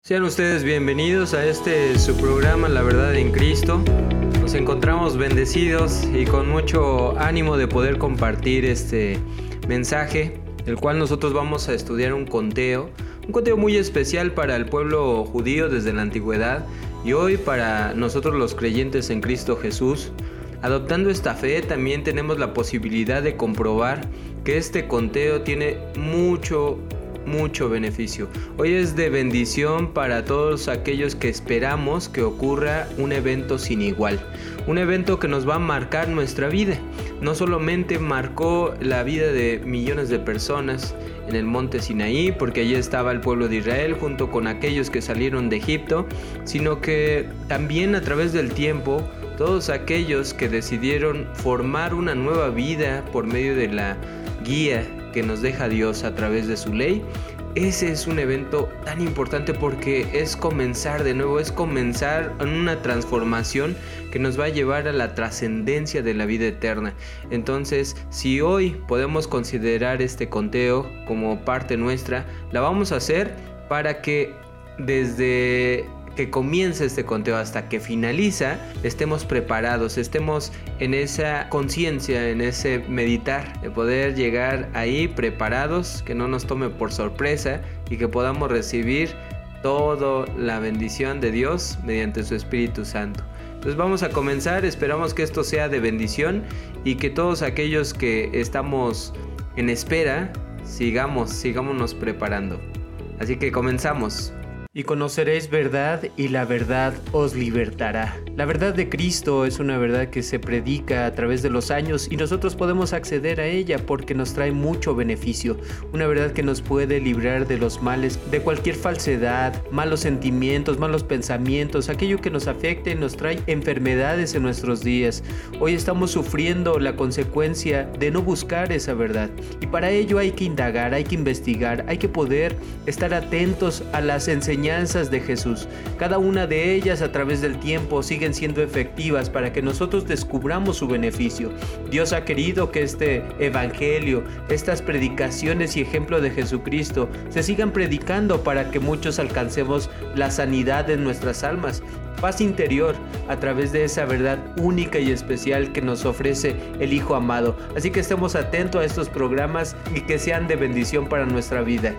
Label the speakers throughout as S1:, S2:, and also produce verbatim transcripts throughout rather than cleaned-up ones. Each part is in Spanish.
S1: Sean ustedes bienvenidos a este su programa La Verdad en Cristo. Nos encontramos bendecidos y con mucho ánimo de poder compartir este mensaje, el cual nosotros vamos a estudiar un conteo, un conteo muy especial para el pueblo judío desde la antigüedad y hoy para nosotros los creyentes en Cristo Jesús. Adoptando esta fe también tenemos la posibilidad de comprobar que este conteo tiene mucho mucho beneficio. Hoy es de bendición para todos aquellos que esperamos que ocurra un evento sin igual, un evento que nos va a marcar nuestra vida. No solamente marcó la vida de millones de personas en el monte Sinaí, porque allí estaba el pueblo de Israel junto con aquellos que salieron de Egipto, sino que también a través del tiempo todos aquellos que decidieron formar una nueva vida por medio de la guía que nos deja Dios a través de su ley. Ese es un evento tan importante porque es comenzar de nuevo, es comenzar en una transformación que nos va a llevar a la trascendencia de la vida eterna. Entonces, si hoy podemos considerar este conteo como parte nuestra, la vamos a hacer para que desde que comienza este conteo hasta que finaliza, estemos preparados, estemos en esa conciencia, en ese meditar, de poder llegar ahí preparados, que no nos tome por sorpresa y que podamos recibir toda la bendición de Dios mediante su Espíritu Santo. Entonces vamos a comenzar, esperamos que esto sea de bendición y que todos aquellos que estamos en espera, sigamos, sigámonos preparando. Así que comenzamos. Y conoceréis verdad y la verdad os libertará. La verdad de Cristo es una verdad que se predica a través de los años y nosotros podemos acceder a ella porque nos trae mucho beneficio. Una verdad que nos puede librar de los males, de cualquier falsedad, malos sentimientos, malos pensamientos, aquello que nos afecte, nos trae enfermedades en nuestros días. Hoy estamos sufriendo la consecuencia de no buscar esa verdad y para ello hay que indagar, hay que investigar, hay que poder estar atentos a las enseñanzas de Jesús. Cada una de ellas a través del tiempo siguen siendo efectivas para que nosotros descubramos su beneficio. Dios ha querido que este evangelio, estas predicaciones y ejemplo de Jesucristo se sigan predicando para que muchos alcancemos la sanidad en nuestras almas, paz interior a través de esa verdad única y especial que nos ofrece el Hijo amado. Así que estemos atentos a estos programas y que sean de bendición para nuestra vida.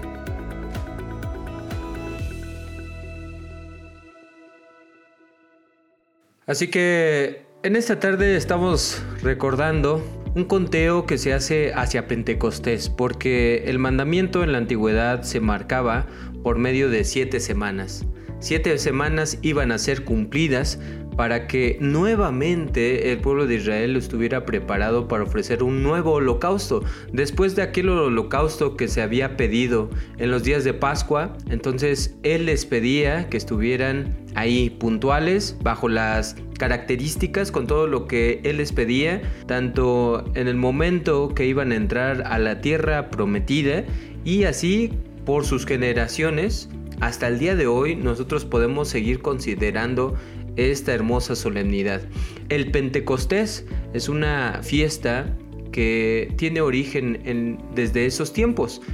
S1: Así que en esta tarde estamos recordando un conteo que se hace hacia Pentecostés, porque el mandamiento en la antigüedad se marcaba por medio de siete semanas. Siete semanas iban a ser cumplidas para que nuevamente el pueblo de Israel estuviera preparado para ofrecer un nuevo holocausto. Después de aquel holocausto que se había pedido en los días de Pascua, entonces Él les pedía que estuvieran ahí puntuales, bajo las características, con todo lo que Él les pedía, tanto en el momento que iban a entrar a la tierra prometida y así por sus generaciones. Hasta el día de hoy nosotros podemos seguir considerando esta hermosa solemnidad. El Pentecostés es una fiesta que tiene origen en, desde esos tiempos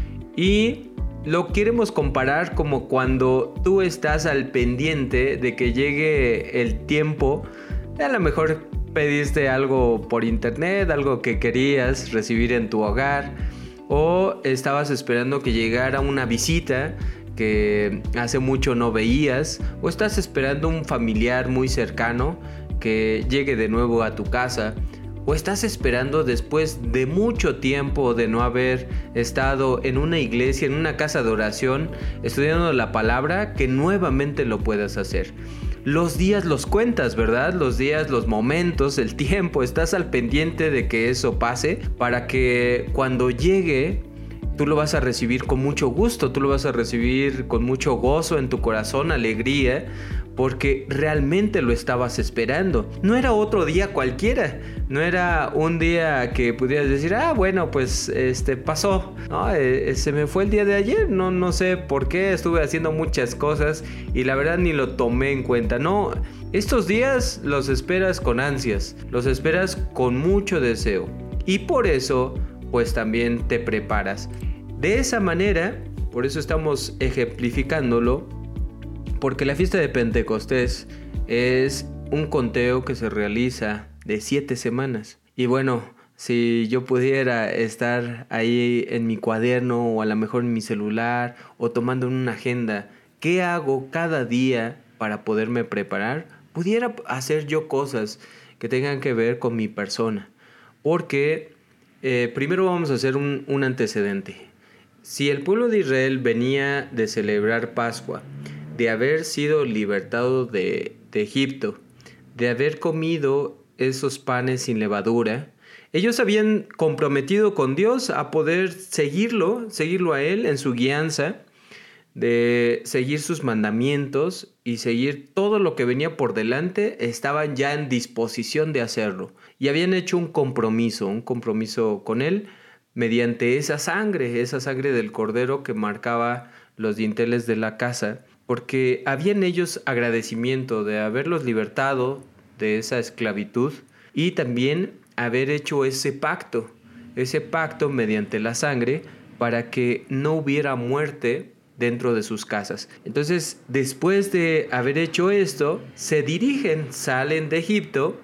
S1: y lo queremos comparar como cuando tú estás al pendiente de que llegue el tiempo. A lo mejor pediste algo por internet, algo que querías recibir en tu hogar, o estabas esperando que llegara una visita que hace mucho no veías, o estás esperando un familiar muy cercano que llegue de nuevo a tu casa, o estás esperando después de mucho tiempo de no haber estado en una iglesia, en una casa de oración, estudiando la palabra, que nuevamente lo puedas hacer. Los días los cuentas, ¿verdad? Los días, los momentos, el tiempo, estás al pendiente de que eso pase para que cuando llegue tú lo vas a recibir con mucho gusto, tú lo vas a recibir con mucho gozo en tu corazón, alegría, porque realmente lo estabas esperando. No era otro día cualquiera, no era un día que pudieras decir, ah, bueno, pues este pasó, no, eh, se me fue el día de ayer, no, no sé por qué, estuve haciendo muchas cosas y la verdad ni lo tomé en cuenta. No, estos días los esperas con ansias, los esperas con mucho deseo y por eso pues también te preparas. De esa manera, por eso estamos ejemplificándolo, Porque la fiesta de Pentecostés es un conteo que se realiza de siete semanas. Y bueno, si yo pudiera estar ahí en mi cuaderno o a lo mejor en mi celular o tomando en una agenda, ¿qué hago cada día para poderme preparar? Pudiera hacer yo cosas que tengan que ver con mi persona. Porque eh, primero vamos a hacer un, un antecedente. Si el pueblo de Israel venía de celebrar Pascua, de haber sido libertado de, de Egipto, de haber comido esos panes sin levadura, ellos habían comprometido con Dios a poder seguirlo, seguirlo a Él en su guianza, de seguir sus mandamientos y seguir todo lo que venía por delante. Estaban ya en disposición de hacerlo y habían hecho un compromiso, un compromiso con Él mediante esa sangre, esa sangre del cordero que marcaba los dinteles de la casa, porque habían ellos agradecimiento de haberlos libertado de esa esclavitud y también haber hecho ese pacto, ese pacto mediante la sangre para que no hubiera muerte dentro de sus casas. Entonces, después de haber hecho esto, se dirigen, salen de Egipto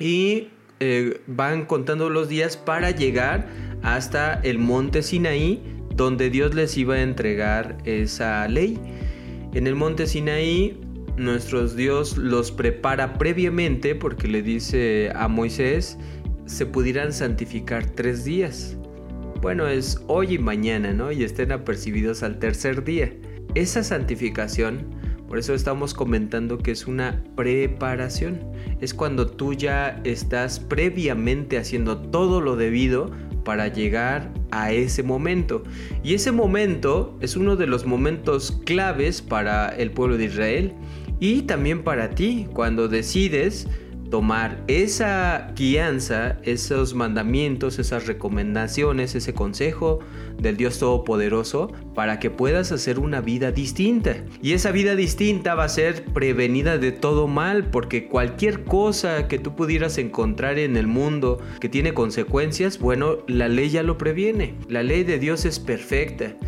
S1: y eh, van contando los días para llegar hasta el monte Sinaí, donde Dios les iba a entregar esa ley. En el monte Sinaí, nuestro Dios los prepara previamente porque le dice a Moisés, se pudieran santificar tres días. Bueno, es hoy y mañana, ¿no? Y estén apercibidos al tercer día. Esa santificación, por eso estamos comentando que es una preparación. Es cuando tú ya estás previamente haciendo todo lo debido para llegar a ese momento. Y ese momento es uno de los momentos claves para el pueblo de Israel y también para ti, cuando decides tomar esa guianza, esos mandamientos, esas recomendaciones, ese consejo del Dios Todopoderoso para que puedas hacer una vida distinta. Y esa vida distinta va a ser prevenida de todo mal, porque cualquier cosa que tú pudieras encontrar en el mundo que tiene consecuencias, bueno, la ley ya lo previene. La ley de Dios es perfecta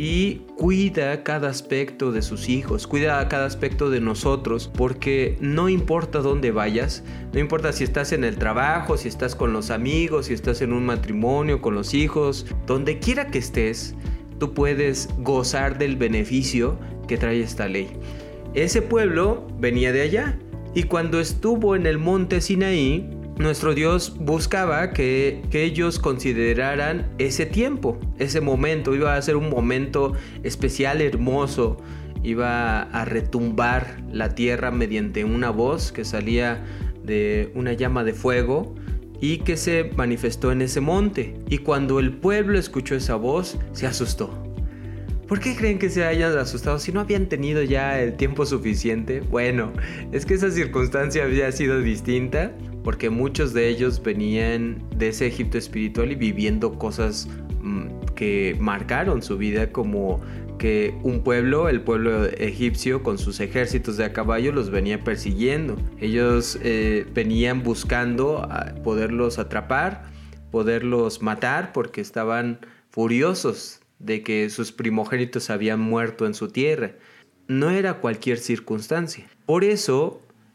S1: y cuida cada aspecto de sus hijos, cuida cada aspecto de nosotros, porque no importa dónde vayas, no importa si estás en el trabajo, si estás con los amigos, si estás en un matrimonio, con los hijos, donde quiera que estés, tú puedes gozar del beneficio que trae esta ley. Ese pueblo venía de allá y cuando estuvo en el monte Sinaí, nuestro Dios buscaba que, que ellos consideraran ese tiempo, ese momento. Iba a ser un momento especial, hermoso. Iba a retumbar la tierra mediante una voz que salía de una llama de fuego y que se manifestó en ese monte. Y cuando el pueblo escuchó esa voz, se asustó. ¿Por qué creen que se hayan asustado si no habían tenido ya el tiempo suficiente? Bueno, es que esa circunstancia había sido distinta porque muchos de ellos venían de ese Egipto espiritual y viviendo cosas mmm, que marcaron su vida, como que un pueblo, el pueblo egipcio con sus ejércitos de a caballo los venía persiguiendo. Ellos eh, venían buscando a poderlos atrapar, poderlos matar porque estaban furiosos de que sus primogénitos habían muerto en su tierra. No era cualquier circunstancia. Por eso,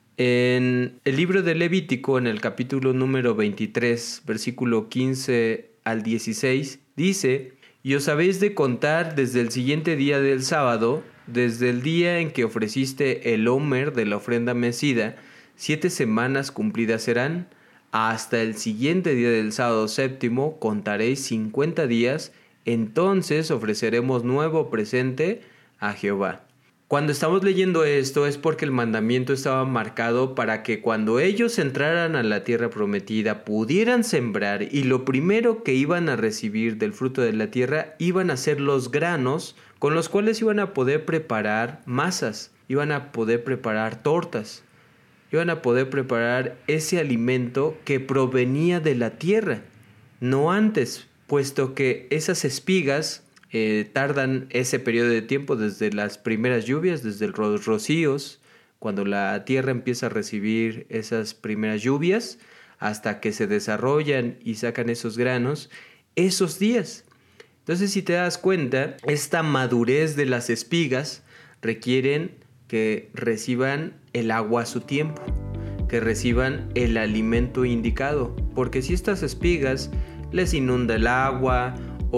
S1: en el libro de Levítico, en el capítulo número veintitrés, versículo quince al dieciséis, dice: y os habéis de contar desde el siguiente día del sábado, desde el día en que ofreciste el homer de la ofrenda mecida, siete semanas cumplidas serán, hasta el siguiente día del sábado séptimo contaréis cincuenta días, entonces ofreceremos nuevo presente a Jehová. Cuando estamos leyendo esto es porque el mandamiento estaba marcado para que cuando ellos entraran a la tierra prometida pudieran sembrar, y lo primero que iban a recibir del fruto de la tierra iban a ser los granos con los cuales iban a poder preparar masas, iban a poder preparar tortas, iban a poder preparar ese alimento que provenía de la tierra, no antes, puesto que esas espigas eh, tardan ese periodo de tiempo desde las primeras lluvias, desde los rocíos, cuando la tierra empieza a recibir esas primeras lluvias, hasta que se desarrollan y sacan esos granos, esos días. Entonces, si te das cuenta, esta madurez de las espigas requieren que reciban el agua a su tiempo, que reciban el alimento indicado, porque si estas espigas les inunda el agua,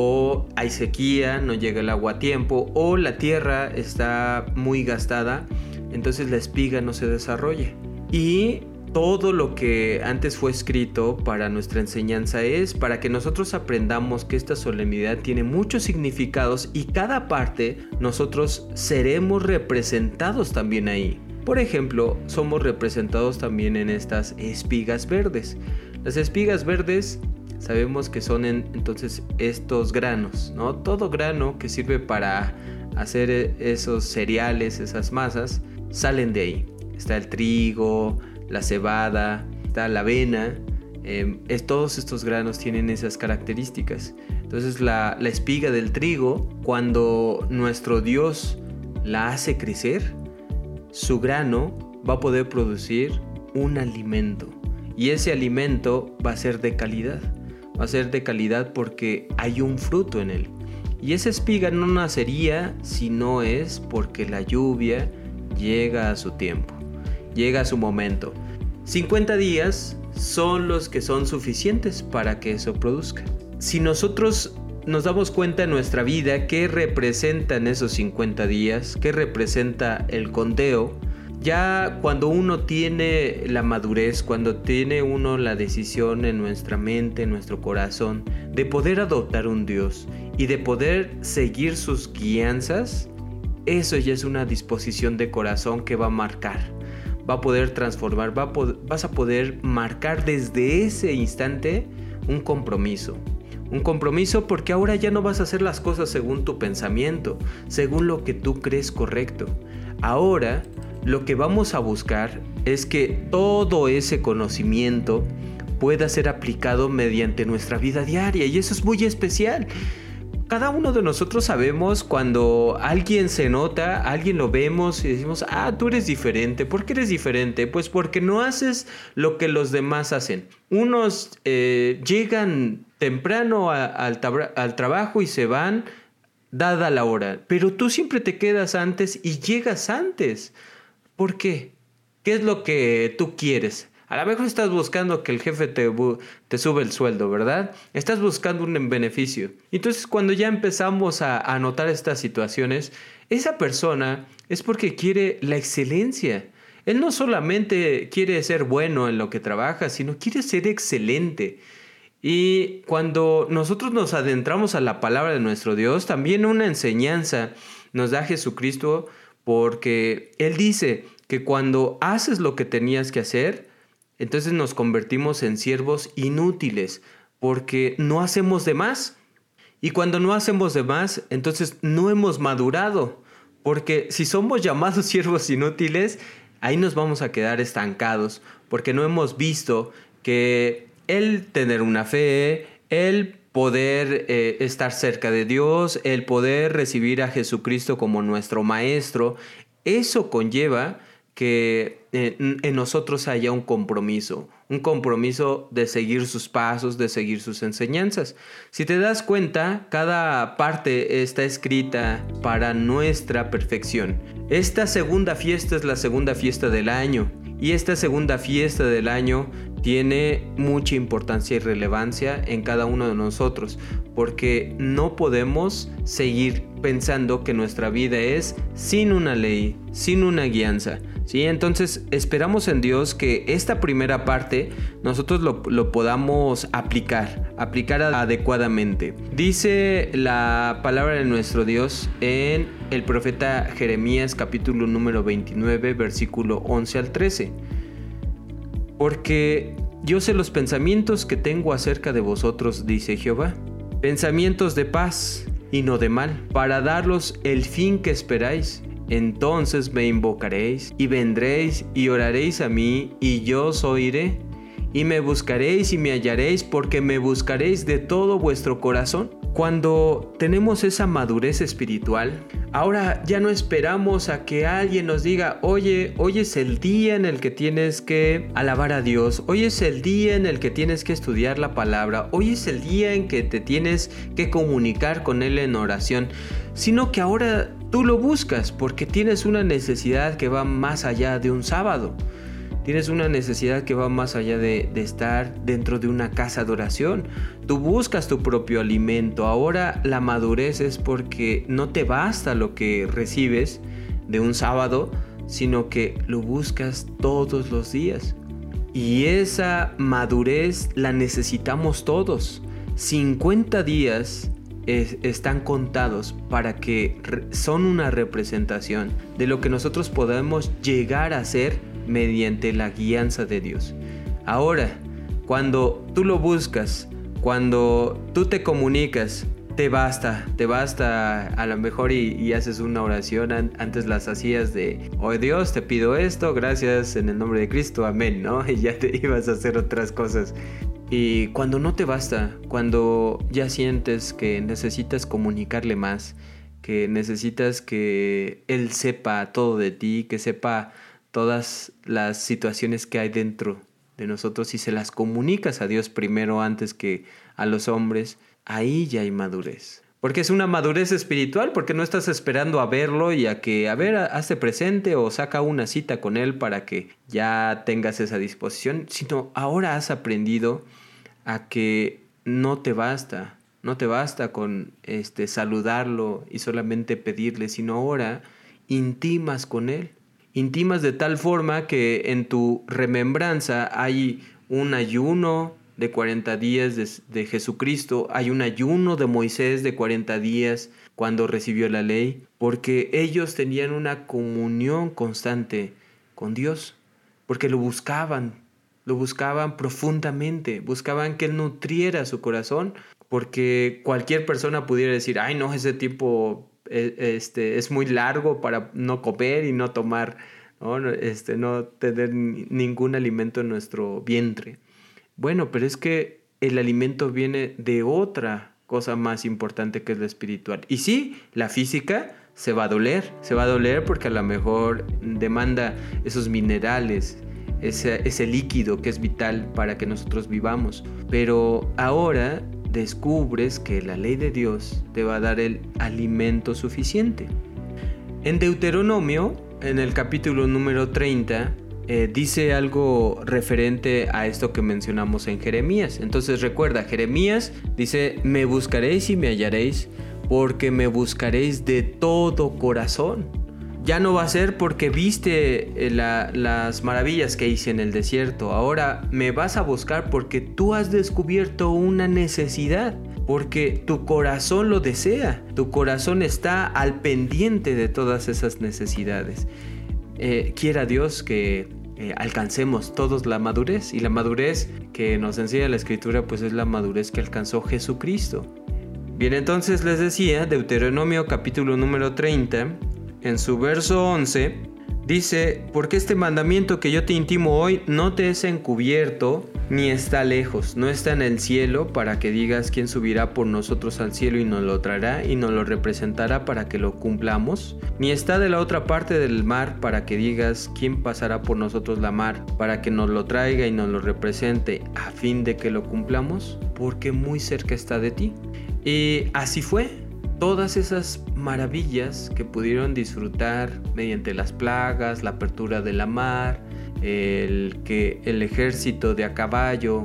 S1: o hay sequía, no llega el agua a tiempo, o la tierra está muy gastada, entonces la espiga no se desarrolla. Y todo lo que antes fue escrito para nuestra enseñanza es para que nosotros aprendamos que esta solemnidad tiene muchos significados y cada parte nosotros seremos representados también ahí. Por ejemplo, somos representados también en estas espigas verdes. Las espigas verdes sabemos que son en, entonces estos granos, ¿no? Todo grano que sirve para hacer esos cereales, esas masas, salen de ahí. Está el trigo, la cebada, está la avena. Eh, es, todos estos granos tienen esas características. Entonces la, la espiga del trigo, cuando nuestro Dios la hace crecer, su grano va a poder producir un alimento. Y ese alimento va a ser de calidad. Va a ser de calidad porque hay un fruto en él. Y esa espiga no nacería si no es porque la lluvia llega a su tiempo, llega a su momento. cincuenta días son los que son suficientes para que eso produzca. Si nosotros nos damos cuenta en nuestra vida qué representan esos cincuenta días, qué representa el conteo, ya cuando uno tiene la madurez, cuando tiene uno la decisión en nuestra mente, en nuestro corazón, de poder adoptar un Dios y de poder seguir sus guianzas, eso ya es una disposición de corazón que va a marcar, va a poder transformar, va a poder, vas a poder marcar desde ese instante un compromiso. Un compromiso porque ahora ya no vas a hacer las cosas según tu pensamiento, según lo que tú crees correcto. Ahora lo que vamos a buscar es que todo ese conocimiento pueda ser aplicado mediante nuestra vida diaria y eso es muy especial. Cada uno de nosotros sabemos cuando alguien se nota, alguien lo vemos y decimos, ah, tú eres diferente. ¿Por qué eres diferente? Pues porque no haces lo que los demás hacen. Unos eh, llegan temprano a, al, tabra- al trabajo y se van dada la hora, pero tú siempre te quedas antes y llegas antes. ¿Por qué? ¿Qué es lo que tú quieres? A lo mejor estás buscando que el jefe te, te sube el sueldo, ¿verdad? Estás buscando un beneficio. Entonces, cuando ya empezamos a, a notar estas situaciones, esa persona es porque quiere la excelencia. Él no solamente quiere ser bueno en lo que trabaja, sino quiere ser excelente. Y cuando nosotros nos adentramos a la palabra de nuestro Dios, también una enseñanza nos da Jesucristo, porque Él dice que cuando haces lo que tenías que hacer, entonces nos convertimos en siervos inútiles, porque no hacemos de más. Y cuando no hacemos de más, entonces no hemos madurado, porque si somos llamados siervos inútiles, ahí nos vamos a quedar estancados, porque no hemos visto que el tener una fe, el poder eh, estar cerca de Dios, el poder recibir a Jesucristo como nuestro Maestro, eso conlleva que eh, en nosotros haya un compromiso, un compromiso de seguir sus pasos, de seguir sus enseñanzas. Si te das cuenta, cada parte está escrita para nuestra perfección. Esta segunda fiesta es la segunda fiesta del año, y esta segunda fiesta del año tiene mucha importancia y relevancia en cada uno de nosotros, porque no podemos seguir pensando que nuestra vida es sin una ley, sin una guianza, ¿sí? Entonces esperamos en Dios que esta primera parte nosotros lo, lo podamos aplicar, aplicar adecuadamente. Dice la palabra de nuestro Dios en el profeta Jeremías capítulo número veintinueve, versículo once al trece. Porque yo sé los pensamientos que tengo acerca de vosotros, dice Jehová, pensamientos de paz y no de mal, para daros el fin que esperáis. Entonces me invocaréis y vendréis y oraréis a mí, y yo os oiré, y me buscaréis y me hallaréis, porque me buscaréis de todo vuestro corazón. Cuando tenemos esa madurez espiritual, ahora ya no esperamos a que alguien nos diga, oye, hoy es el día en el que tienes que alabar a Dios, hoy es el día en el que tienes que estudiar la palabra, hoy es el día en que te tienes que comunicar con Él en oración, sino que ahora tú lo buscas porque tienes una necesidad que va más allá de un sábado. Tienes una necesidad que va más allá de, de estar dentro de una casa de oración. Tú buscas tu propio alimento. Ahora la madurez es porque no te basta lo que recibes de un sábado, sino que lo buscas todos los días. Y esa madurez la necesitamos todos. cincuenta días es, están contados para que re, son una representación de lo que nosotros podemos llegar a ser mediante la guianza de Dios. Ahora, cuando tú lo buscas, cuando tú te comunicas, te basta, te basta a lo mejor y, y haces una oración. Antes las hacías de, oh Dios, te pido esto, gracias en el nombre de Cristo, amén, ¿no? Y ya te ibas a hacer otras cosas. Y cuando no te basta, cuando ya sientes que necesitas comunicarle más, que necesitas que Él sepa todo de ti, que sepa todas las situaciones que hay dentro de nosotros y se las comunicas a Dios primero antes que a los hombres, ahí ya hay madurez. Porque es una madurez espiritual, porque no estás esperando a verlo y a que, a ver, hazte presente o saca una cita con Él para que ya tengas esa disposición, sino ahora has aprendido a que no te basta, no te basta con este, saludarlo y solamente pedirle, sino ahora intimas con Él. Intimas de tal forma que en tu remembranza hay un ayuno de cuarenta días de, de Jesucristo, hay un ayuno de Moisés de cuarenta días cuando recibió la ley, porque ellos tenían una comunión constante con Dios, porque lo buscaban, lo buscaban profundamente, buscaban que Él nutriera su corazón, porque cualquier persona pudiera decir, ay no, ese tipo este, es muy largo para no comer y no tomar, ¿no? Este, no tener ningún alimento en nuestro vientre. Bueno, pero es que el alimento viene de otra cosa más importante que es la espiritual. Y sí, la física se va a doler, se va a doler porque a lo mejor demanda esos minerales, ese, ese líquido que es vital para que nosotros vivamos. Pero ahora descubres que la ley de Dios te va a dar el alimento suficiente. En Deuteronomio, en el capítulo número treinta, eh, dice algo referente a esto que mencionamos en Jeremías. Entonces recuerda, Jeremías dice, me buscaréis y me hallaréis, porque me buscaréis de todo corazón. Ya no va a ser porque viste la, las maravillas que hice en el desierto. Ahora me vas a buscar porque tú has descubierto una necesidad. Porque tu corazón lo desea. Tu corazón está al pendiente de todas esas necesidades. Eh, quiera Dios que eh, alcancemos todos la madurez. Y la madurez que nos enseña la Escritura pues es la madurez que alcanzó Jesucristo. Bien, entonces les decía, Deuteronomio capítulo número treinta... en su verso once, dice, porque este mandamiento que yo te intimo hoy no te es encubierto, ni está lejos, no está en el cielo, para que digas quién subirá por nosotros al cielo y nos lo traerá y nos lo representará para que lo cumplamos, ni está de la otra parte del mar, para que digas quién pasará por nosotros la mar, para que nos lo traiga y nos lo represente, a fin de que lo cumplamos, porque muy cerca está de ti. Y así fue. Todas esas maravillas que pudieron disfrutar mediante las plagas, la apertura de la mar, el que el ejército de a caballo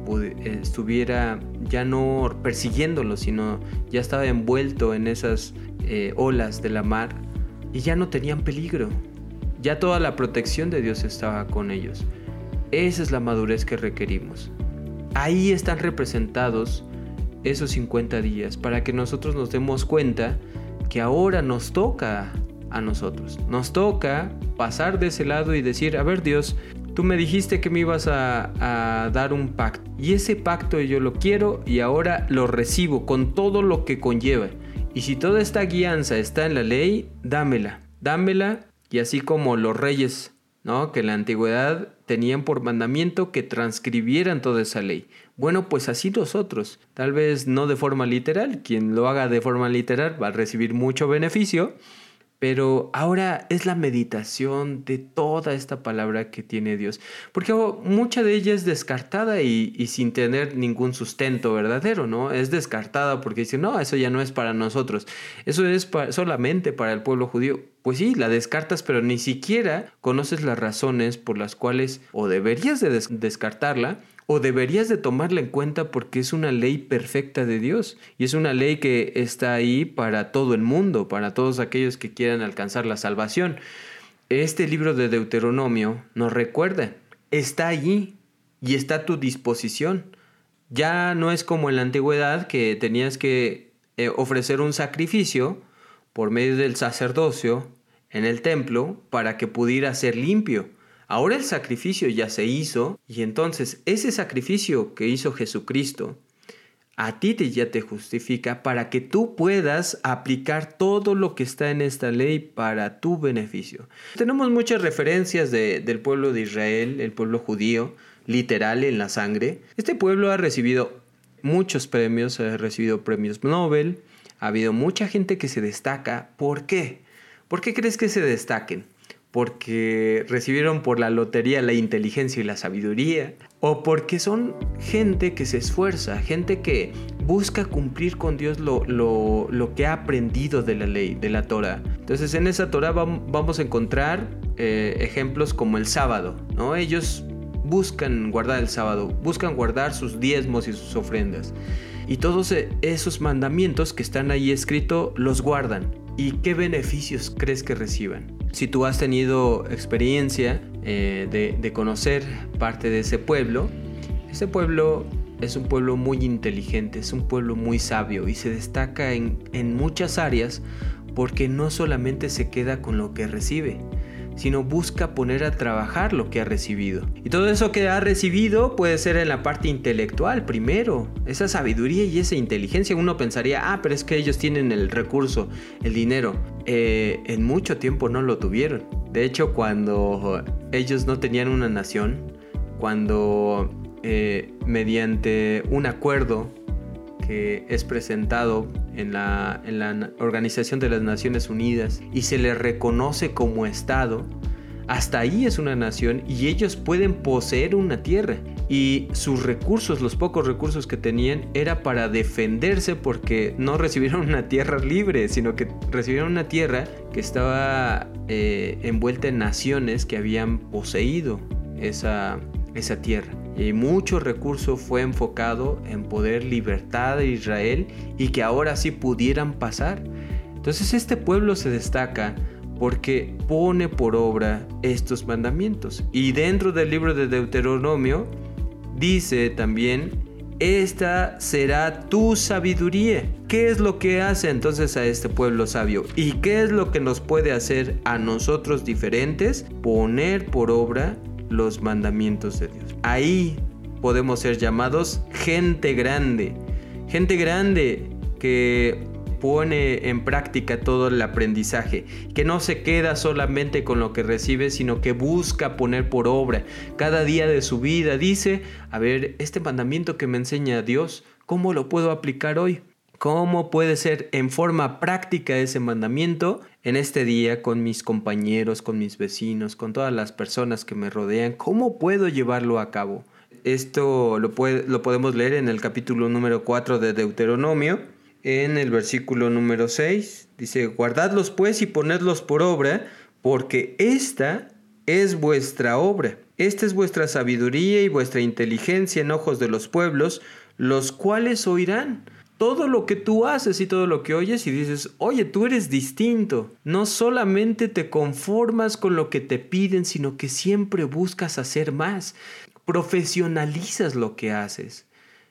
S1: estuviera ya no persiguiéndolos, sino ya estaba envuelto en esas eh, olas de la mar y ya no tenían peligro. Ya toda la protección de Dios estaba con ellos. Esa es la madurez que requerimos. Ahí están representados esos cincuenta días para que nosotros nos demos cuenta que ahora nos toca a nosotros. Nos toca pasar de ese lado y decir, a ver Dios, tú me dijiste que me ibas a, a dar un pacto. Y ese pacto yo lo quiero y ahora lo recibo con todo lo que conlleva. Y si toda esta guianza está en la ley, dámela. Dámela y así como los reyes, ¿no? Que en la antigüedad tenían por mandamiento que transcribieran toda esa ley. Bueno, pues así nosotros, tal vez no de forma literal, quien lo haga de forma literal va a recibir mucho beneficio, Pero ahora es la meditación de toda esta palabra que tiene Dios. Porque mucha de ella es descartada y, y sin tener ningún sustento verdadero, ¿no? Es descartada porque dicen, no, eso ya no es para nosotros. Eso es pa- solamente para el pueblo judío. Pues sí, la descartas, pero ni siquiera conoces las razones por las cuales o deberías de des- descartarla o deberías de tomarla en cuenta porque es una ley perfecta de Dios y es una ley que está ahí para todo el mundo, para todos aquellos que quieran alcanzar la salvación. Este libro de Deuteronomio nos recuerda, está allí y está a tu disposición. Ya no es como en la antigüedad que tenías que eh, ofrecer un sacrificio por medio del sacerdocio en el templo para que pudiera ser limpio. Ahora el sacrificio ya se hizo y entonces ese sacrificio que hizo Jesucristo a ti te, ya te justifica para que tú puedas aplicar todo lo que está en esta ley para tu beneficio. Tenemos muchas referencias de, del pueblo de Israel, el pueblo judío, literal en la sangre. Este pueblo ha recibido muchos premios, ha recibido premios Nobel, ha habido mucha gente que se destaca. ¿Por qué? ¿Por qué crees que se destaquen? Porque recibieron por la lotería la inteligencia y la sabiduría, o porque son gente que se esfuerza, gente que busca cumplir con Dios lo, lo, lo que ha aprendido de la ley, de la Torah. Entonces en esa Torah vamos a encontrar eh, ejemplos como el sábado, ¿no? Ellos buscan guardar el sábado, buscan guardar sus diezmos y sus ofrendas. Y todos esos mandamientos que están ahí escritos los guardan. ¿Y qué beneficios crees que reciban? Si tú has tenido experiencia eh, de, de conocer parte de ese pueblo, ese pueblo es un pueblo muy inteligente, es un pueblo muy sabio y se destaca en, en muchas áreas porque no solamente se queda con lo que recibe, sino busca poner a trabajar lo que ha recibido. Y todo eso que ha recibido puede ser en la parte intelectual primero, esa sabiduría y esa inteligencia. Uno pensaría, ah, pero es que ellos tienen el recurso, el dinero. Eh, en mucho tiempo no lo tuvieron. De hecho, cuando ellos no tenían una nación, cuando eh, mediante un acuerdo que es presentado en la, en la Organización de las Naciones Unidas y se les reconoce como Estado, hasta ahí es una nación y ellos pueden poseer una tierra. Y sus recursos, los pocos recursos que tenían, era para defenderse porque no recibieron una tierra libre, sino que recibieron una tierra que estaba eh, envuelta en naciones que habían poseído esa, esa tierra. Y mucho recurso fue enfocado en poder libertar a Israel y que ahora sí pudieran pasar. Entonces este pueblo se destaca porque pone por obra estos mandamientos. Y dentro del libro de Deuteronomio dice también, esta será tu sabiduría. ¿Qué es lo que hace entonces a este pueblo sabio? ¿Y qué es lo que nos puede hacer a nosotros diferentes? Poner por obra los mandamientos de Dios. Ahí podemos ser llamados gente grande. Gente grande que pone en práctica todo el aprendizaje, que no se queda solamente con lo que recibe, sino que busca poner por obra cada día de su vida. Dice, a ver, este mandamiento que me enseña Dios, ¿cómo lo puedo aplicar hoy? ¿Cómo puede ser en forma práctica ese mandamiento en este día con mis compañeros, con mis vecinos, con todas las personas que me rodean? ¿Cómo puedo llevarlo a cabo? Esto lo, puede, lo podemos leer en el capítulo número cuatro de Deuteronomio, en el versículo número seis. Dice, guardadlos pues y ponedlos por obra, porque esta es vuestra obra. Esta es vuestra sabiduría y vuestra inteligencia en ojos de los pueblos, los cuales oirán todo lo que tú haces y todo lo que oyes y dices, oye, tú eres distinto. No solamente te conformas con lo que te piden, sino que siempre buscas hacer más. Profesionalizas lo que haces.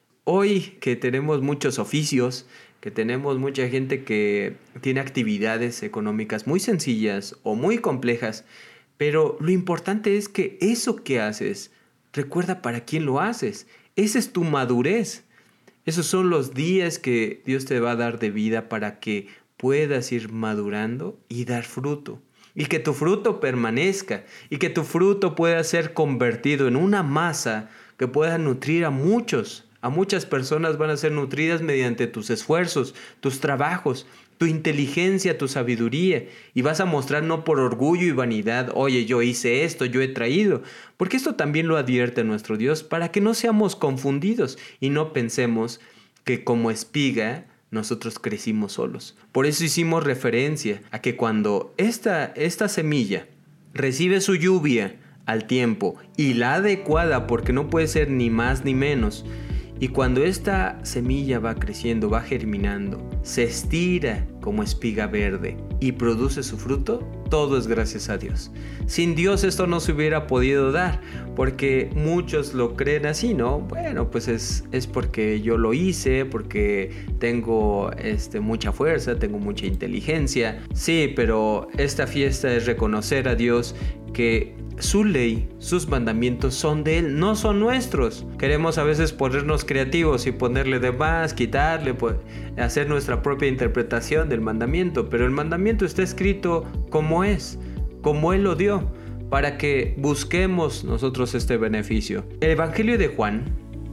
S1: Hoy que tenemos muchos oficios, que tenemos mucha gente que tiene actividades económicas muy sencillas o muy complejas, pero lo importante es que eso que haces, recuerda para quién lo haces. Esa es tu madurez. Esos son los días que Dios te va a dar de vida para que puedas ir madurando y dar fruto. Y que tu fruto permanezca. Y que tu fruto pueda ser convertido en una masa que pueda nutrir a muchos. A muchas personas van a ser nutridas mediante tus esfuerzos, tus trabajos. tu inteligencia, tu sabiduría, y vas a mostrar no por orgullo y vanidad, oye, yo hice esto, yo he traído, porque esto también lo advierte nuestro Dios, para que no seamos confundidos y no pensemos que como espiga nosotros crecimos solos. Por eso hicimos referencia a que cuando esta, esta semilla recibe su lluvia al tiempo y la adecuada, porque no puede ser ni más ni menos, y cuando esta semilla va creciendo, va germinando, se estira como espiga verde y produce su fruto, todo es gracias a Dios. Sin Dios esto no se hubiera podido dar, porque muchos lo creen así, ¿no? Bueno, pues es, es porque yo lo hice, porque tengo este, mucha fuerza, tengo mucha inteligencia. Sí, pero esta fiesta es reconocer a Dios que su ley, sus mandamientos son de Él, no son nuestros. Queremos a veces ponernos creativos y ponerle de más, quitarle, pues, hacer nuestra propia interpretación del mandamiento. Pero el mandamiento está escrito como es, como Él lo dio, para que busquemos nosotros este beneficio. El Evangelio de Juan,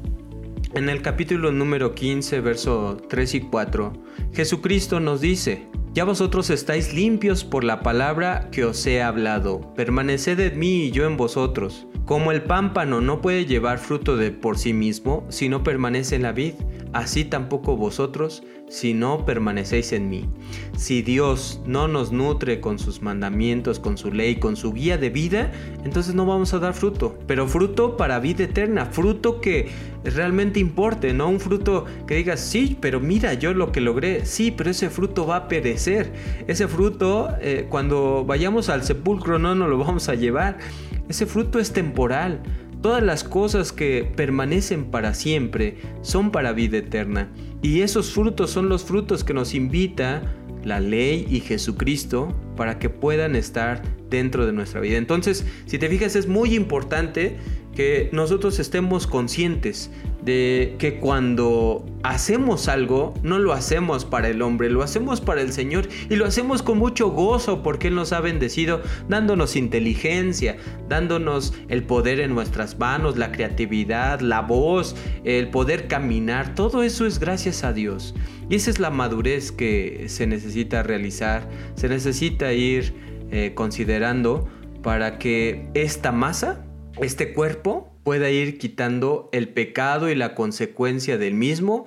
S1: en el capítulo número quince, verso tres y cuatro, Jesucristo nos dice: ya vosotros estáis limpios por la palabra que os he hablado. Permaneced en mí y yo en vosotros. Como el pámpano no puede llevar fruto de por sí mismo si no permanece en la vid, así tampoco vosotros si no permanecéis en mí. Si Dios no nos nutre con sus mandamientos, con su ley, con su guía de vida, entonces no vamos a dar fruto. Pero fruto para vida eterna, fruto que realmente importe, no un fruto que digas, sí, pero mira yo lo que logré. Sí, pero ese fruto va a perecer. Ese fruto, eh, cuando vayamos al sepulcro, no nos lo vamos a llevar. Ese fruto es temporal. Todas las cosas que permanecen para siempre son para vida eterna. Y esos frutos son los frutos que nos invita la ley y Jesucristo para que puedan estar dentro de nuestra vida. Entonces, si te fijas, es muy importante que nosotros estemos conscientes de que cuando hacemos algo, no lo hacemos para el hombre, lo hacemos para el Señor, y lo hacemos con mucho gozo porque Él nos ha bendecido, dándonos inteligencia, dándonos el poder en nuestras manos, la creatividad, la voz, el poder caminar. Todo eso es gracias a Dios. Y esa es la madurez que se necesita realizar, se necesita ir eh, considerando para que esta masa, este cuerpo, pueda ir quitando el pecado y la consecuencia del mismo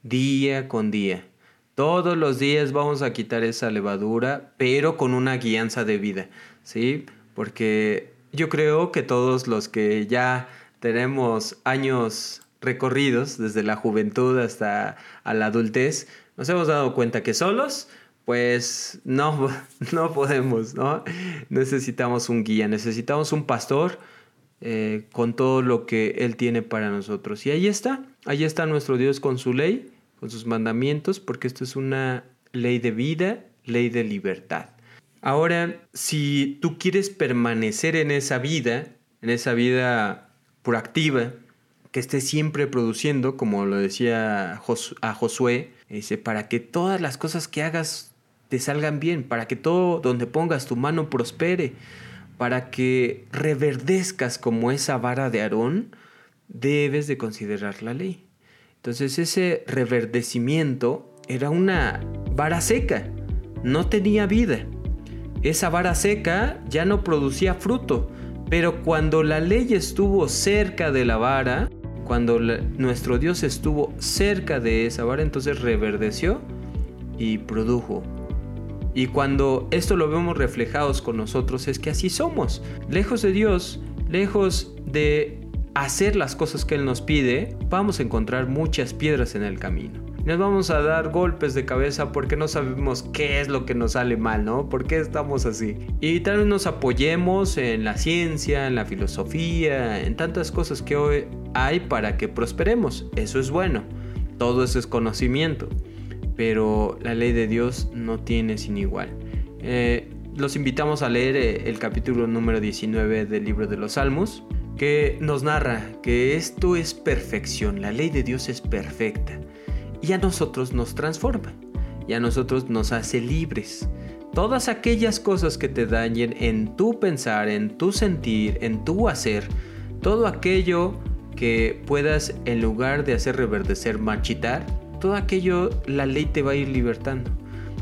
S1: día con día. Todos los días vamos a quitar esa levadura, pero con una guianza de vida, ¿sí? Porque yo creo que todos los que ya tenemos años recorridos, desde la juventud hasta a la adultez, nos hemos dado cuenta que solos, pues no, no podemos, ¿no? Necesitamos un guía, necesitamos un pastor, Eh, con todo lo que Él tiene para nosotros. Y ahí está, ahí está nuestro Dios con su ley, con sus mandamientos, porque esto es una ley de vida, ley de libertad. Ahora, si tú quieres permanecer en esa vida, en esa vida proactiva, que esté siempre produciendo, como lo decía Jos- a Josué, dice, para que todas las cosas que hagas te salgan bien, para que todo donde pongas tu mano prospere, para que reverdezcas como esa vara de Aarón, debes de considerar la ley. Entonces ese reverdecimiento era una vara seca, no tenía vida. Esa vara seca ya no producía fruto, pero cuando la ley estuvo cerca de la vara, cuando la, nuestro Dios estuvo cerca de esa vara, entonces reverdeció y produjo. Y cuando esto lo vemos reflejados con nosotros, es que así somos. Lejos de Dios, lejos de hacer las cosas que Él nos pide, vamos a encontrar muchas piedras en el camino. Nos vamos a dar golpes de cabeza porque no sabemos qué es lo que nos sale mal, ¿no? ¿Por qué estamos así? Y tal vez nos apoyemos en la ciencia, en la filosofía, en tantas cosas que hoy hay para que prosperemos. Eso es bueno. Todo eso es conocimiento. Pero la ley de Dios no tiene sin igual. Eh, los invitamos a leer eh, el capítulo número diecinueve del libro de los Salmos, que nos narra que esto es perfección, la ley de Dios es perfecta, y a nosotros nos transforma, y a nosotros nos hace libres. Todas aquellas cosas que te dañen en tu pensar, en tu sentir, en tu hacer, todo aquello que puedas, en lugar de hacer reverdecer, marchitar, todo aquello la ley te va a ir libertando.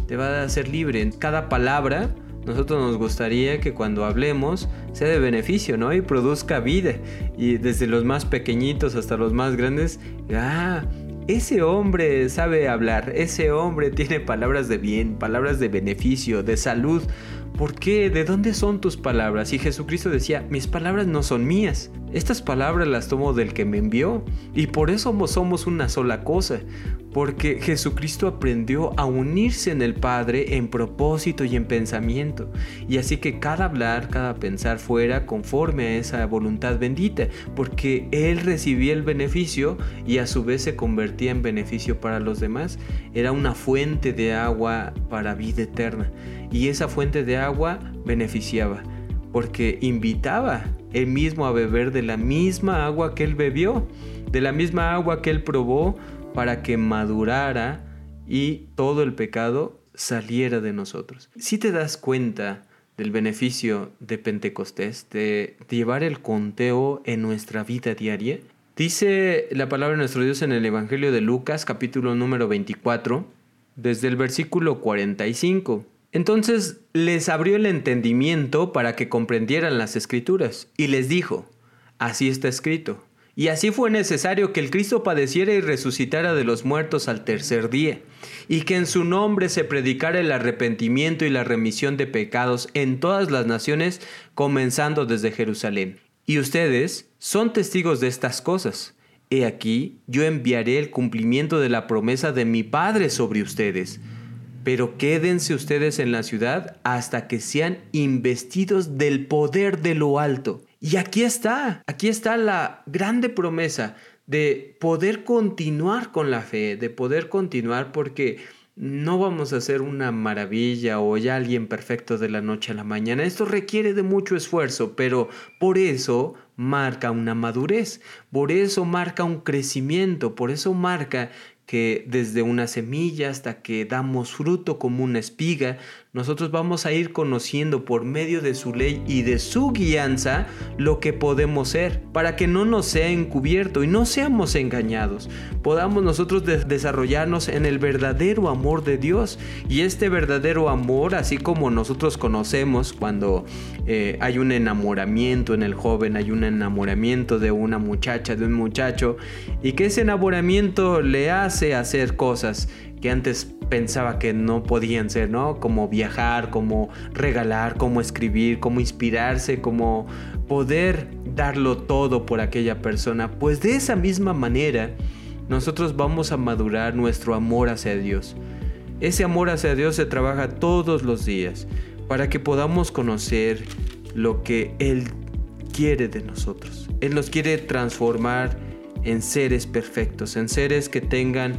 S1: te va a hacer libre. En cada palabra, nosotros nos gustaría que cuando hablemos sea de beneficio, ¿no? Y produzca vida. Y desde los más pequeñitos hasta los más grandes, ah, ese hombre sabe hablar, ese hombre tiene palabras de bien, palabras de beneficio, de salud. ¿Por qué? ¿De dónde son tus palabras? Y Jesucristo decía, mis palabras no son mías. Estas palabras las tomo del que me envió. Y por eso somos una sola cosa. Porque Jesucristo aprendió a unirse en el Padre en propósito y en pensamiento. Y así que cada hablar, cada pensar fuera conforme a esa voluntad bendita. Porque Él recibía el beneficio y a su vez se convertía en beneficio para los demás. Era una fuente de agua para vida eterna. Y esa fuente de agua beneficiaba, porque invitaba él mismo a beber de la misma agua que él bebió, de la misma agua que él probó, para que madurara y todo el pecado saliera de nosotros. Si te das cuenta del beneficio de Pentecostés, de llevar el conteo en nuestra vida diaria, dice la palabra de nuestro Dios en el Evangelio de Lucas, capítulo número veinticuatro, desde el versículo cuarenta y cinco. Entonces les abrió el entendimiento para que comprendieran las Escrituras, y les dijo, así está escrito, y así fue necesario que el Cristo padeciera y resucitara de los muertos al tercer día, y que en su nombre se predicara el arrepentimiento y la remisión de pecados en todas las naciones, comenzando desde Jerusalén. Y ustedes son testigos de estas cosas. He aquí, yo enviaré el cumplimiento de la promesa de mi Padre sobre ustedes. Pero quédense ustedes en la ciudad hasta que sean investidos del poder de lo alto. Y aquí está, aquí está la grande promesa de poder continuar con la fe, de poder continuar porque no vamos a ser una maravilla o ya alguien perfecto de la noche a la mañana. Esto requiere de mucho esfuerzo, pero por eso marca una madurez, por eso marca un crecimiento, por eso marca que desde una semilla hasta que damos fruto como una espiga, nosotros vamos a ir conociendo por medio de su ley y de su guianza lo que podemos ser, para que no nos sea encubierto y no seamos engañados. Podamos nosotros de- desarrollarnos en el verdadero amor de Dios. Y este verdadero amor, así como nosotros conocemos cuando eh, hay un enamoramiento en el joven, hay un enamoramiento de una muchacha, de un muchacho, y que ese enamoramiento le hace hacer cosas que antes pensaba que no podían ser, ¿no? Como viajar, como regalar, como escribir, como inspirarse, como poder darlo todo por aquella persona. Pues de esa misma manera nosotros vamos a madurar nuestro amor hacia Dios. Ese amor hacia Dios se trabaja todos los días para que podamos conocer lo que Él quiere de nosotros. Él nos quiere transformar en seres perfectos, en seres que tengan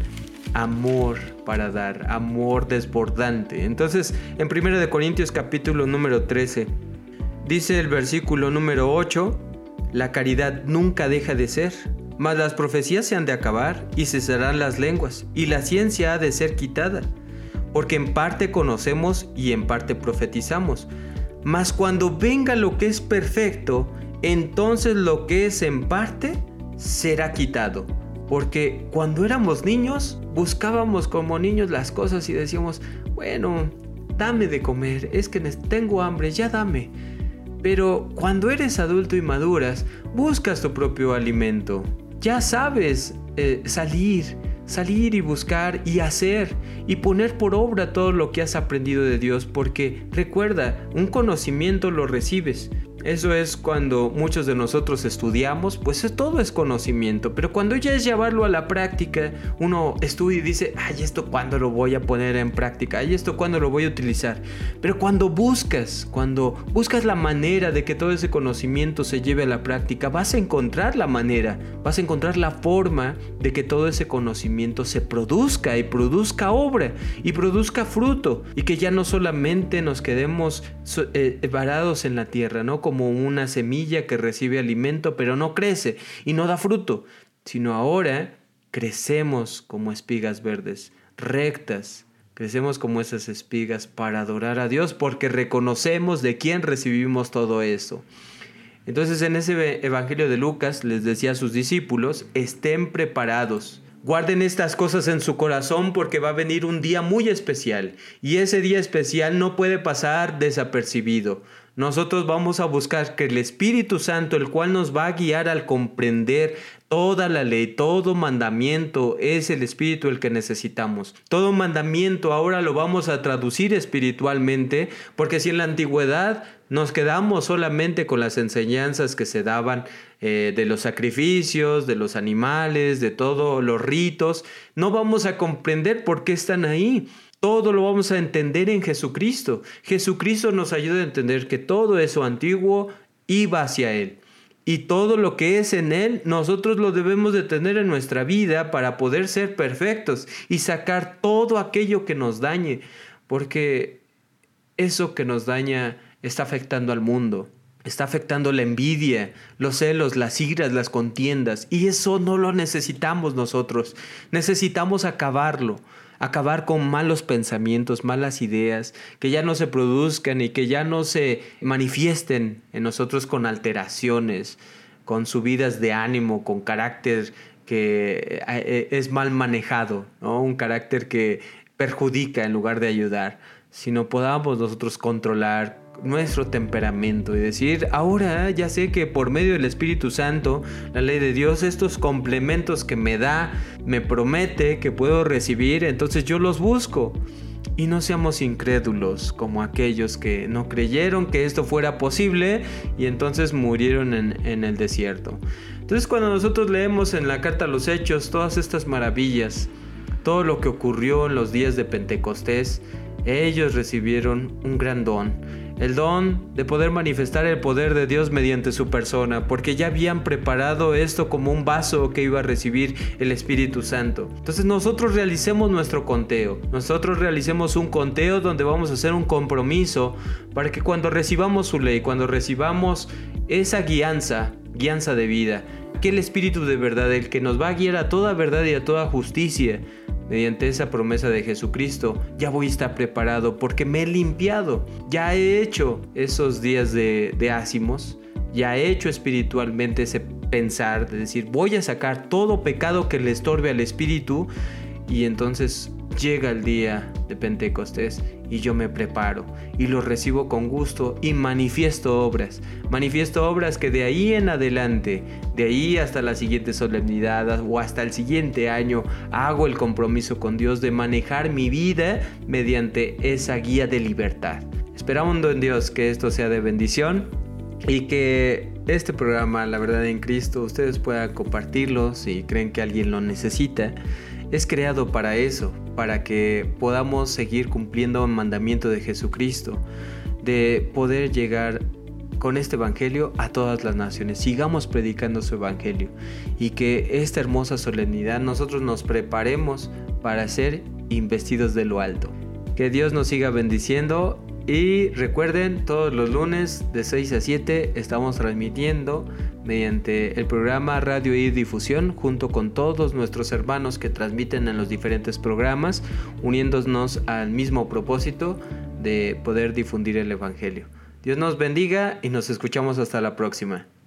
S1: amor para dar, amor desbordante. Entonces, en primera de Corintios capítulo número trece, dice el versículo número ocho, la caridad nunca deja de ser, mas las profecías se han de acabar y cesarán las lenguas, y la ciencia ha de ser quitada, porque en parte conocemos y en parte profetizamos. Mas cuando venga lo que es perfecto, entonces lo que es en parte será quitado. Porque cuando éramos niños, buscábamos como niños las cosas y decíamos, bueno, dame de comer, es que tengo hambre, ya dame. Pero cuando eres adulto y maduras, buscas tu propio alimento. Ya sabes eh, salir, salir y buscar y hacer y poner por obra todo lo que has aprendido de Dios. Porque recuerda, un conocimiento lo recibes. Eso es cuando muchos de nosotros estudiamos, pues todo es conocimiento, pero cuando ya es llevarlo a la práctica, uno estudia y dice, ay, ¿esto cuándo lo voy a poner en práctica? Ay, ¿esto cuándo lo voy a utilizar? Pero cuando buscas, cuando buscas la manera de que todo ese conocimiento se lleve a la práctica, vas a encontrar la manera, vas a encontrar la forma de que todo ese conocimiento se produzca y produzca obra y produzca fruto, y que ya no solamente nos quedemos eh, varados en la tierra, ¿no? Como una semilla que recibe alimento pero no crece y no da fruto, sino ahora crecemos como espigas verdes, rectas, crecemos como esas espigas para adorar a Dios porque reconocemos de quién recibimos todo eso. Entonces en ese Evangelio de Lucas les decía a sus discípulos, estén preparados Guarden estas cosas en su corazón porque va a venir un día muy especial y ese día especial no puede pasar desapercibido. Nosotros vamos a buscar que el Espíritu Santo, el cual nos va a guiar al comprender toda la ley, todo mandamiento, es el Espíritu el que necesitamos. Todo mandamiento ahora lo vamos a traducir espiritualmente, porque si en la antigüedad nos quedamos solamente con las enseñanzas que se daban eh, de los sacrificios, de los animales, de todos los ritos, no vamos a comprender por qué están ahí. Todo lo vamos a entender en Jesucristo. Jesucristo nos ayuda a entender que todo eso antiguo iba hacia Él. Y todo lo que es en Él, nosotros lo debemos de tener en nuestra vida para poder ser perfectos y sacar todo aquello que nos dañe. Porque eso que nos daña está afectando al mundo. Está afectando la envidia, los celos, las iras, las contiendas. Y eso no lo necesitamos nosotros. Necesitamos acabarlo. Acabar con malos pensamientos, malas ideas, que ya no se produzcan y que ya no se manifiesten en nosotros con alteraciones, con subidas de ánimo, con carácter que es mal manejado, ¿no? Un carácter que perjudica en lugar de ayudar. Sino podamos nosotros controlar nuestro temperamento y decir, ahora ya sé que por medio del Espíritu Santo, la ley de Dios, estos complementos que me da, me promete que puedo recibir, entonces yo los busco. Y no seamos incrédulos como aquellos que no creyeron que esto fuera posible y entonces murieron en, en el desierto. Entonces cuando nosotros leemos en la carta a los Hechos todas estas maravillas, todo lo que ocurrió en los días de Pentecostés, ellos recibieron un gran don, el don de poder manifestar el poder de Dios mediante su persona, porque ya habían preparado esto como un vaso que iba a recibir el Espíritu Santo. Entonces nosotros realicemos nuestro conteo, nosotros realicemos un conteo donde vamos a hacer un compromiso para que cuando recibamos su ley, cuando recibamos esa guianza, guianza de vida, que el Espíritu de verdad, el que nos va a guiar a toda verdad y a toda justicia, mediante esa promesa de Jesucristo, ya voy a estar preparado porque me he limpiado. Ya he hecho esos días de, de ázimos, ya he hecho espiritualmente ese pensar de decir, voy a sacar todo pecado que le estorbe al Espíritu, y entonces llega el día de Pentecostés y yo me preparo y lo recibo con gusto y manifiesto obras. Manifiesto obras que de ahí en adelante, de ahí hasta la siguiente solemnidad o hasta el siguiente año, hago el compromiso con Dios de manejar mi vida mediante esa guía de libertad. Esperamos en Dios que esto sea de bendición y que este programa, La Verdad en Cristo, ustedes puedan compartirlo si creen que alguien lo necesita. Es creado para eso, para que podamos seguir cumpliendo el mandamiento de Jesucristo, de poder llegar con este evangelio a todas las naciones. Sigamos predicando su evangelio y que esta hermosa solemnidad nosotros nos preparemos para ser investidos de lo alto. Que Dios nos siga bendiciendo. Y recuerden, todos los lunes de seis a siete estamos transmitiendo mediante el programa Radio y Difusión junto con todos nuestros hermanos que transmiten en los diferentes programas, uniéndonos al mismo propósito de poder difundir el Evangelio. Dios nos bendiga y nos escuchamos hasta la próxima.